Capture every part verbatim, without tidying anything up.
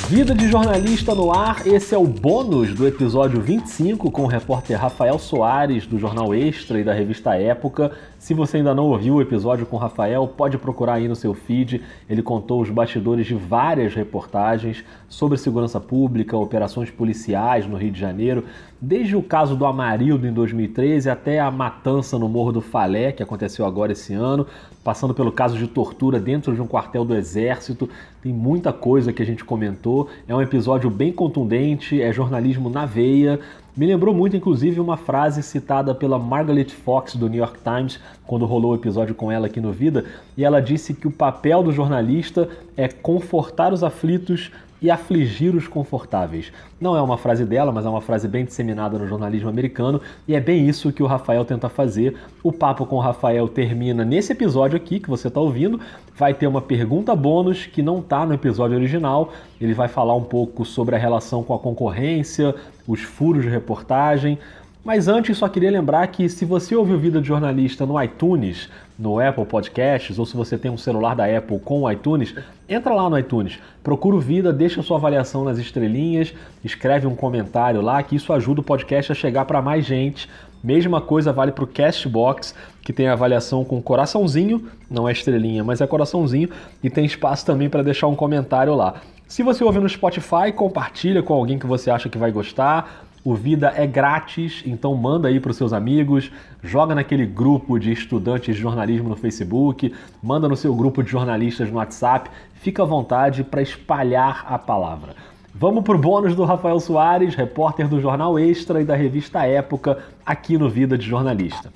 Vida de jornalista no ar, esse é o bônus do episódio vinte e cinco com o repórter Rafael Soares, do Jornal Extra e da revista Época. Se você ainda não ouviu o episódio com o Rafael, pode procurar aí no seu feed. Ele contou os bastidores de várias reportagens sobre segurança pública, operações policiais no Rio de Janeiro, desde o caso do Amarildo em dois mil e treze até a matança no Morro do Falé, que aconteceu agora esse ano, passando pelo caso de tortura dentro de um quartel do Exército. Tem muita coisa que a gente comentou. É um episódio bem contundente, é jornalismo na veia. Me lembrou muito, inclusive, uma frase citada pela Margaret Fox, do New York Times, quando rolou o episódio com ela aqui no Vida, e ela disse que o papel do jornalista é confortar os aflitos e afligir os confortáveis. Não é uma frase dela, mas é uma frase bem disseminada no jornalismo americano, e é bem isso que o Rafael tenta fazer. O papo com o Rafael termina nesse episódio aqui, que você está ouvindo. Vai ter uma pergunta bônus que não está no episódio original. Ele vai falar um pouco sobre a relação com a concorrência, os furos de reportagem. Mas antes, só queria lembrar que se você ouviu Vida de Jornalista no iTunes, no Apple Podcasts, ou se você tem um celular da Apple com o iTunes, entra lá no iTunes, procura o Vida, deixa sua avaliação nas estrelinhas, escreve um comentário lá, que isso ajuda o podcast a chegar para mais gente. Mesma coisa vale para o Castbox, que tem a avaliação com coraçãozinho, não é estrelinha, mas é coraçãozinho, e tem espaço também para deixar um comentário lá. Se você ouve no Spotify, compartilha com alguém que você acha que vai gostar. O Vida é grátis, então manda aí para os seus amigos, joga naquele grupo de estudantes de jornalismo no Facebook, manda no seu grupo de jornalistas no WhatsApp, fica à vontade para espalhar a palavra. Vamos para o bônus do Rafael Soares, repórter do Jornal Extra e da revista Época, aqui no Vida de Jornalista.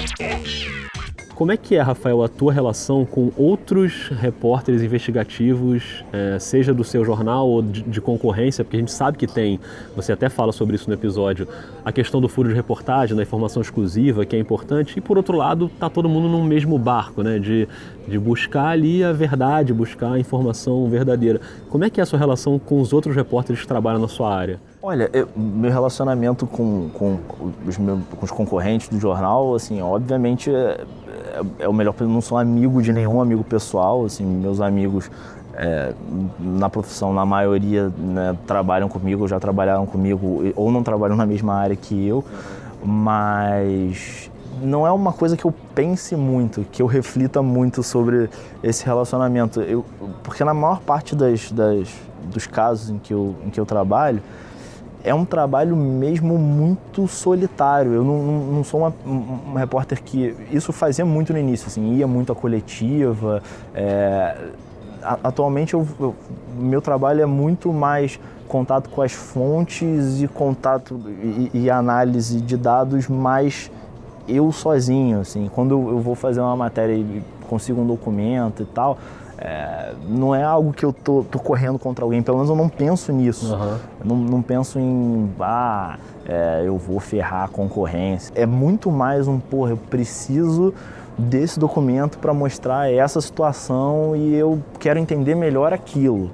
Como é que é, Rafael, a tua relação com outros repórteres investigativos, é, seja do seu jornal ou de, de concorrência, porque a gente sabe que tem, você até fala sobre isso no episódio, a questão do furo de reportagem, da informação exclusiva, que é importante, e por outro lado, tá todo mundo no mesmo barco, né, de, de buscar ali a verdade, buscar a informação verdadeira. Como é que é a sua relação com os outros repórteres que trabalham na sua área? Olha, eu, meu relacionamento com, com, os meus, com os concorrentes do jornal, assim, obviamente é, é o melhor. Eu não sou amigo de nenhum amigo pessoal, assim, meus amigos é, na profissão, na maioria, né, trabalham comigo, ou já trabalharam comigo, ou não trabalham na mesma área que eu, mas não é uma coisa que eu pense muito, que eu reflita muito sobre esse relacionamento, eu, porque na maior parte das, das, dos casos em que eu, em que eu trabalho, é um trabalho mesmo muito solitário. Eu não, não, não sou uma, uma repórter que... Isso fazia muito no início, assim, ia muito à coletiva. É, atualmente, o meu trabalho é muito mais contato com as fontes e contato e, e análise de dados mais eu sozinho. Assim. Quando eu vou fazer uma matéria e consigo um documento e tal... É, não é algo que eu tô, tô correndo contra alguém, pelo menos eu não penso nisso. Uhum. Eu não, não penso em, ah, é, eu vou ferrar a concorrência. É muito mais um, porra, eu preciso desse documento para mostrar essa situação e eu quero entender melhor aquilo.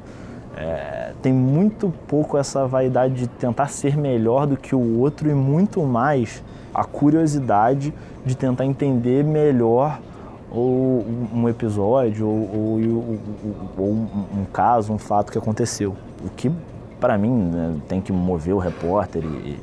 É, tem muito pouco essa vaidade de tentar ser melhor do que o outro e muito mais a curiosidade de tentar entender melhor ou um episódio, ou, ou, ou um, um caso, um fato que aconteceu. O que, para mim, né, tem que mover o repórter, e,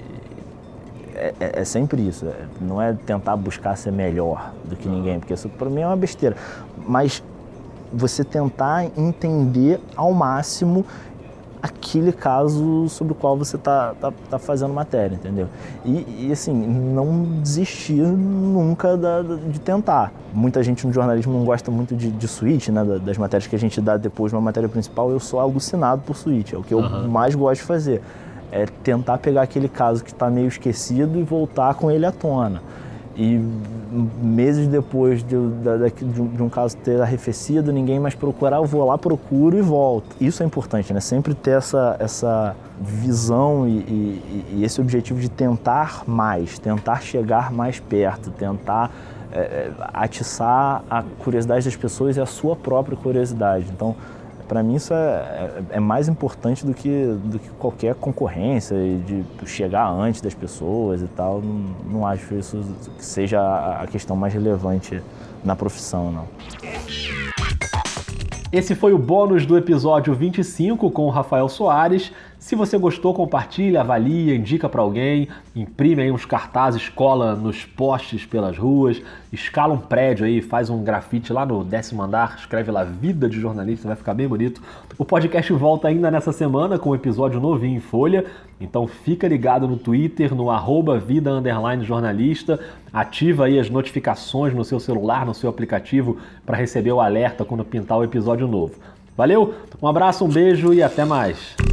é, é sempre isso. Não é tentar buscar ser melhor do que ninguém, porque isso, para mim, é uma besteira. Mas você tentar entender ao máximo aquele caso sobre o qual você está tá, tá fazendo matéria, entendeu? E, e assim, não desistir nunca da, de tentar. Muita gente no jornalismo não gosta muito de, de suíte, né, das matérias que a gente dá depois de uma matéria principal. Eu sou alucinado por suíte, é o que eu uhum. mais gosto de fazer. É tentar pegar aquele caso que está meio esquecido e voltar com ele à tona. E meses depois de, de, de um caso ter arrefecido, ninguém mais procurar, eu vou lá, procuro e volto. Isso é importante, né? Sempre ter essa, essa visão e, e, e esse objetivo de tentar mais, tentar chegar mais perto, tentar é, atiçar a curiosidade das pessoas e a sua própria curiosidade. Então, para mim isso é, é, é mais importante do que, do que qualquer concorrência, de chegar antes das pessoas e tal. Não, não acho isso que seja a questão mais relevante na profissão, não. Esse foi o bônus do episódio vinte e cinco com o Rafael Soares. Se você gostou, compartilha, avalia, indica para alguém, imprime aí uns cartazes, cola nos postes pelas ruas, escala um prédio aí, faz um grafite lá no décimo andar, escreve lá Vida de Jornalista, vai ficar bem bonito. O podcast volta ainda nessa semana com um episódio novinho em folha, então fica ligado no Twitter, no arroba vida underline jornalista, ativa aí as notificações no seu celular, no seu aplicativo, para receber o alerta quando pintar o episódio novo. Valeu, um abraço, um beijo e até mais!